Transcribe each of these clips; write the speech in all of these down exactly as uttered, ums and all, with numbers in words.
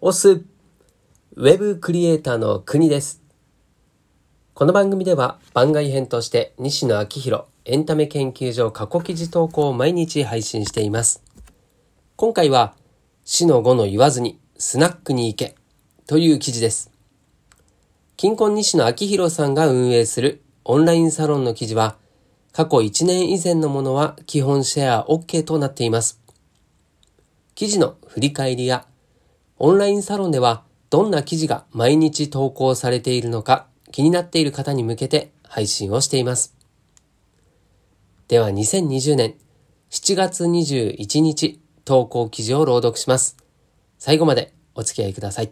オスウェブクリエイターの国です。この番組では番外編として西野昭弘エンタメ研究所過去記事投稿を毎日配信しています。今回は死の語の言わずにスナックに行けという記事です。近婚西野昭弘さんが運営するオンラインサロンの記事は過去いちねん以前のものは基本シェア OK となっています。記事の振り返りやオンラインサロンではどんな記事が毎日投稿されているのか気になっている方に向けて配信をしています。ではにせんにじゅうねんしちがつにじゅういちにち投稿記事を朗読します。最後までお付き合いください。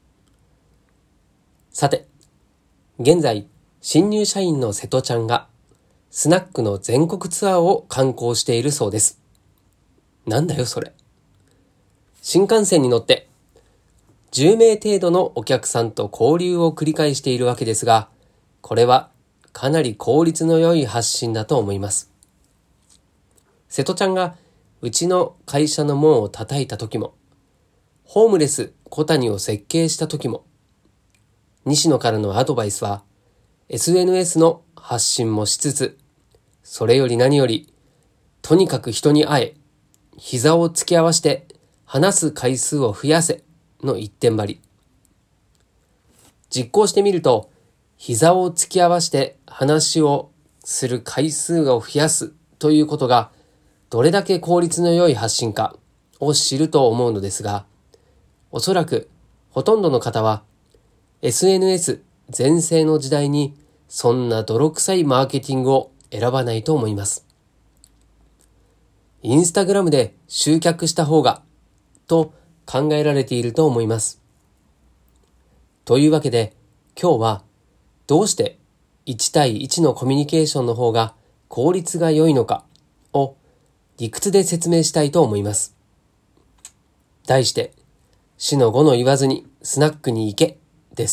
さて、現在新入社員の瀬戸ちゃんがスナックの全国ツアーを観光しているそうです。なんだよそれ。新幹線に乗ってじゅうめい程度のお客さんと交流を繰り返しているわけですが、これはかなり効率の良い発信だと思います。瀬戸ちゃんがうちの会社の門を叩いた時も、ホームレス小谷を設計した時も、西野からのアドバイスは エスエヌエス の発信もしつつ、それより何より、とにかく人に会え、膝を突き合わせて話す回数を増やせの一点張り。実行してみると、膝を突き合わせて話をする回数を増やすということがどれだけ効率の良い発信かを知ると思うのですが、おそらくほとんどの方は エスエヌエス 全盛の時代にそんな泥臭いマーケティングを選ばないと思います。インスタグラムで集客した方がと考えられていると思います。というわけで今日はどうしていちたいいちのコミュニケーションの方が効率が良いのかを理屈で説明したいと思います。題して死の語の言わずにスナックに行けです。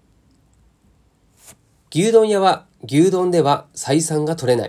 牛丼屋は牛丼では採算が取れない。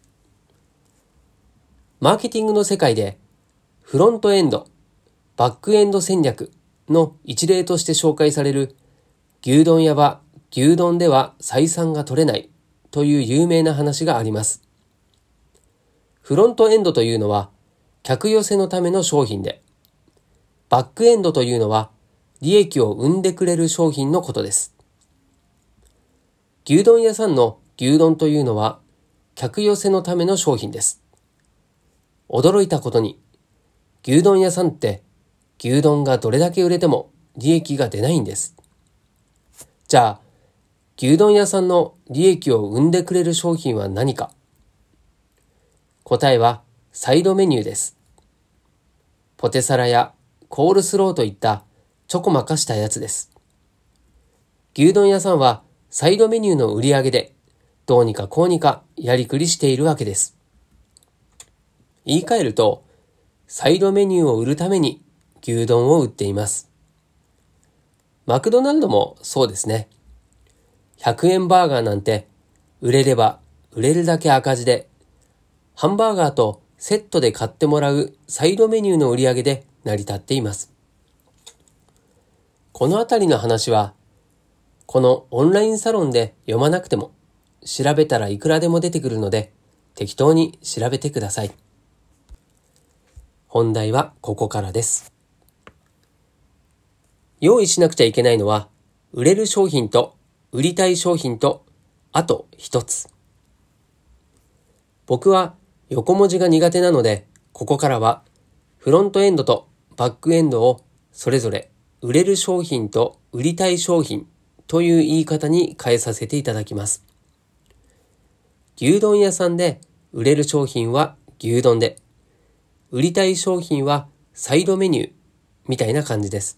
マーケティングの世界でフロントエンド、バックエンド戦略の一例として紹介される牛丼屋は牛丼では採算が取れないという有名な話があります。フロントエンドというのは客寄せのための商品で、バックエンドというのは利益を生んでくれる商品のことです。牛丼屋さんの牛丼というのは客寄せのための商品です。驚いたことに、牛丼屋さんって牛丼がどれだけ売れても利益が出ないんです。じゃあ、牛丼屋さんの利益を生んでくれる商品は何か？答えはサイドメニューです。ポテサラやコールスローといったちょこまかしたやつです。牛丼屋さんはサイドメニューの売り上げでどうにかこうにかやりくりしているわけです。言い換えると、サイドメニューを売るために牛丼を売っています。マクドナルドもそうですね。ひゃくえんバーガーなんて売れれば売れるだけ赤字で、ハンバーガーとセットで買ってもらうサイドメニューの売り上げで成り立っています。このあたりの話は、このオンラインサロンで読まなくても、調べたらいくらでも出てくるので、適当に調べてください。本題はここからです。用意しなくちゃいけないのは、売れる商品と売りたい商品と、あと一つ。僕は横文字が苦手なので、ここからはフロントエンドとバックエンドをそれぞれ売れる商品と売りたい商品という言い方に変えさせていただきます。牛丼屋さんで売れる商品は牛丼で、売りたい商品はサイドメニューみたいな感じです。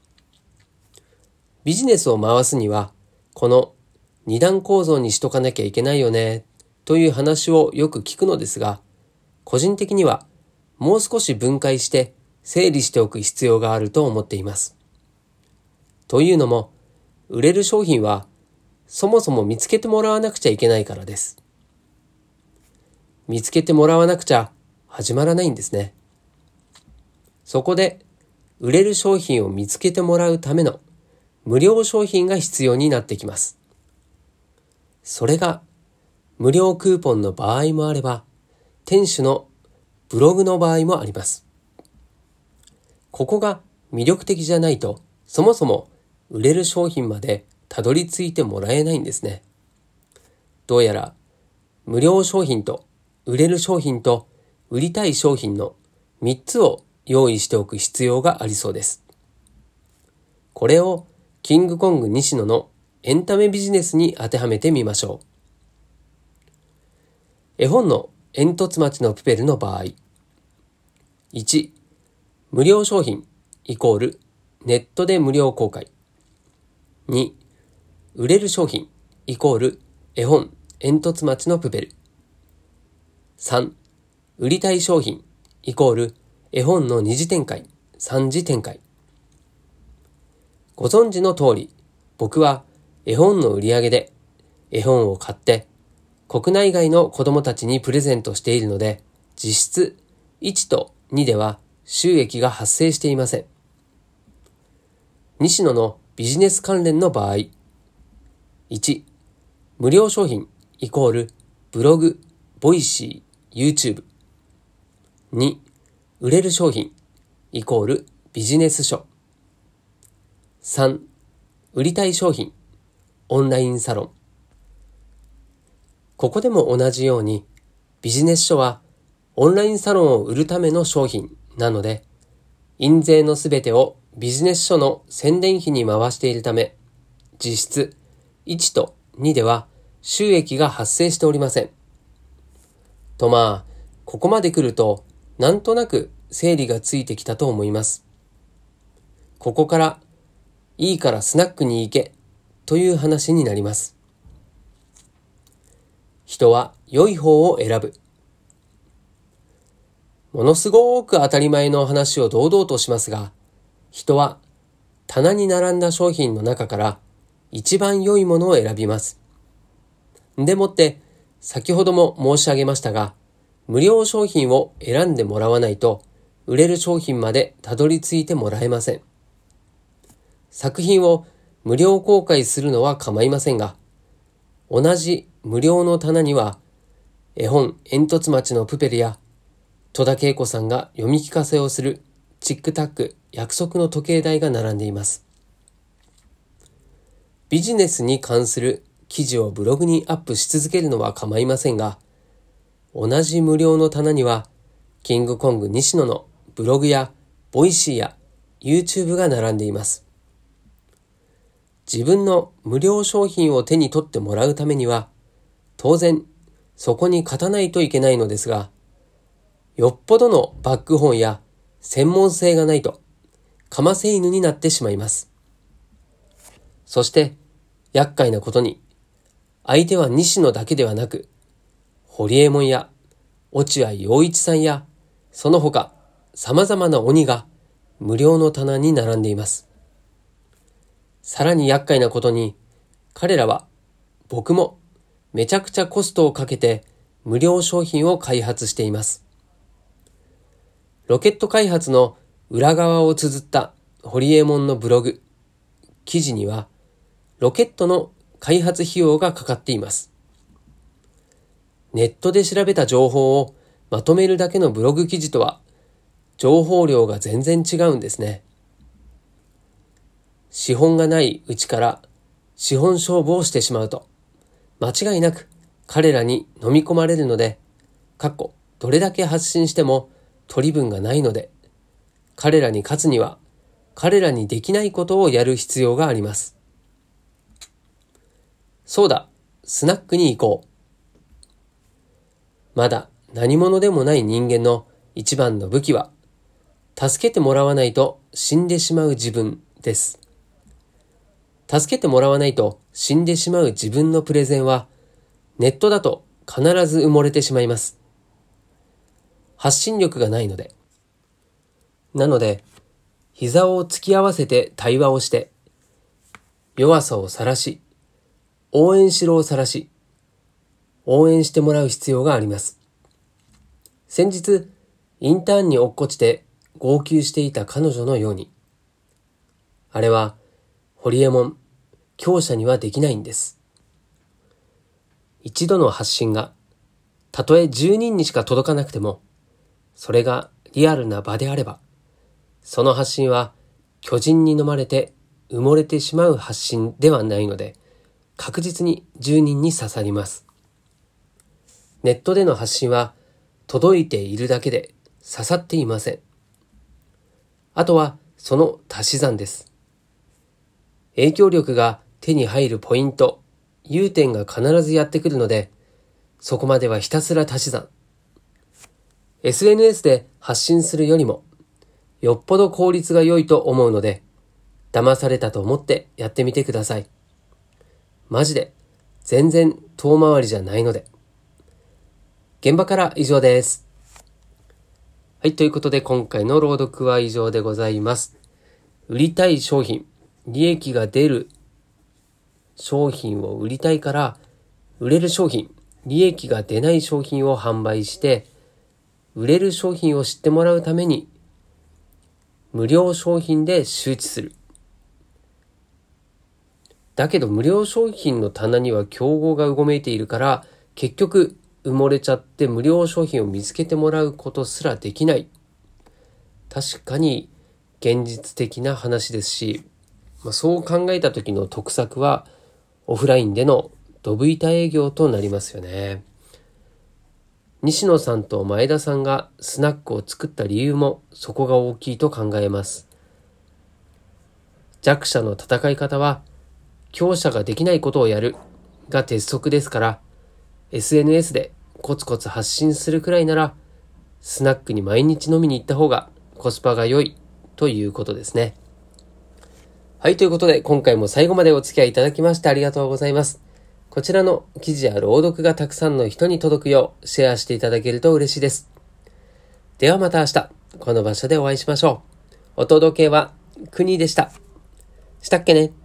ビジネスを回すには、この二段構造にしとかなきゃいけないよねという話をよく聞くのですが、個人的にはもう少し分解して整理しておく必要があると思っています。というのも、売れる商品はそもそも見つけてもらわなくちゃいけないからです。見つけてもらわなくちゃ始まらないんですね。そこで売れる商品を見つけてもらうための無料商品が必要になってきます。それが無料クーポンの場合もあれば、店主のブログの場合もあります。ここが魅力的じゃないと、そもそも売れる商品までたどり着いてもらえないんですね。どうやら無料商品と売れる商品と売りたい商品のみっつを用意しておく必要がありそうです。これをキングコング西野のエンタメビジネスに当てはめてみましょう。絵本の煙突町のプペルの場合、いち、無料商品イコールネットで無料公開。に、売れる商品イコール絵本煙突町のプペル。さん、売りたい商品イコール絵本の二次展開、三次展開。ご存知の通り、僕は絵本の売り上げで絵本を買って国内外の子供たちにプレゼントしているので、実質いちとにでは収益が発生していません。西野のビジネス関連の場合、いち、無料商品イコールブログ、ボイシー、YouTube。に、売れる商品イコールビジネス書。さん、売りたい商品、オンラインサロン。ここでも同じように、ビジネス書はオンラインサロンを売るための商品なので、印税のすべてをビジネス書の宣伝費に回しているため、実質いちとにでは収益が発生しておりません。とまあ、ここまで来ると、なんとなく整理がついてきたと思います。ここから、いいからスナックに行けという話になります。人は良い方を選ぶ。ものすごく当たり前の話を堂々としますが、人は棚に並んだ商品の中から一番良いものを選びます。でもって、先ほども申し上げましたが、無料商品を選んでもらわないと、売れる商品までたどり着いてもらえません。作品を無料公開するのは構いませんが、同じ無料の棚には、絵本煙突町のプペルや、戸田恵子さんが読み聞かせをするチックタック約束の時計台が並んでいます。ビジネスに関する記事をブログにアップし続けるのは構いませんが、同じ無料の棚には、キングコング西野のブログやボイシーや YouTube が並んでいます。自分の無料商品を手に取ってもらうためには、当然そこに勝たないといけないのですが、よっぽどのバック本や専門性がないと、かませ犬になってしまいます。そして、厄介なことに、相手は西野だけではなく、堀江門や落合陽一さんや、その他様々な鬼が無料の棚に並んでいます。さらに厄介なことに、彼らは僕もめちゃくちゃコストをかけて無料商品を開発しています。ロケット開発の裏側を綴った堀江門のブログ、記事にはロケットの開発費用がかかっています。ネットで調べた情報をまとめるだけのブログ記事とは情報量が全然違うんですね。資本がないうちから資本勝負をしてしまうと間違いなく彼らに飲み込まれるので、かっこどれだけ発信しても取り分がないので、彼らに勝つには彼らにできないことをやる必要があります。そうだ、スナックに行こう。まだ何者でもない人間の一番の武器は、助けてもらわないと死んでしまう自分です。助けてもらわないと死んでしまう自分のプレゼンは、ネットだと必ず埋もれてしまいます。発信力がないので。なので、膝を突き合わせて対話をして、弱さを晒し、応援しろを晒し、応援してもらう必要があります。先日、インターンに落っこちて号泣していた彼女のように。あれは、ホリエモン、強者にはできないんです。一度の発信が、たとえじゅうにんにしか届かなくても、それがリアルな場であれば、その発信は巨人に飲まれて埋もれてしまう発信ではないので、確実にじゅうにんに刺さります。ネットでの発信は届いているだけで刺さっていません。あとはその足し算です。影響力が手に入るポイント、融点が必ずやってくるので、そこまではひたすら足し算。エスエヌエス で発信するよりも、よっぽど効率が良いと思うので、騙されたと思ってやってみてください。マジで、全然遠回りじゃないので。現場から以上です。はい、ということで今回の朗読は以上でございます。売りたい商品、利益が出る商品を売りたいから、売れる商品、利益が出ない商品を販売して、売れる商品を知ってもらうために、無料商品で周知する。だけど無料商品の棚には競合がうごめいているから、結局埋もれちゃって無料商品を見つけてもらうことすらできない。確かに現実的な話ですし、まあ、そう考えた時の得策はオフラインでのドブ板営業となりますよね。西野さんと前田さんがスナックを作った理由もそこが大きいと考えます。弱者の戦い方は強者ができないことをやるが鉄則ですから、エスエヌエス でコツコツ発信するくらいならスナックに毎日飲みに行った方がコスパが良いということですね。はい、ということで今回も最後までお付き合いいただきましてありがとうございます。こちらの記事や朗読がたくさんの人に届くようシェアしていただけると嬉しいです。ではまた明日、この場所でお会いしましょう。お届けは国でした。したっけね。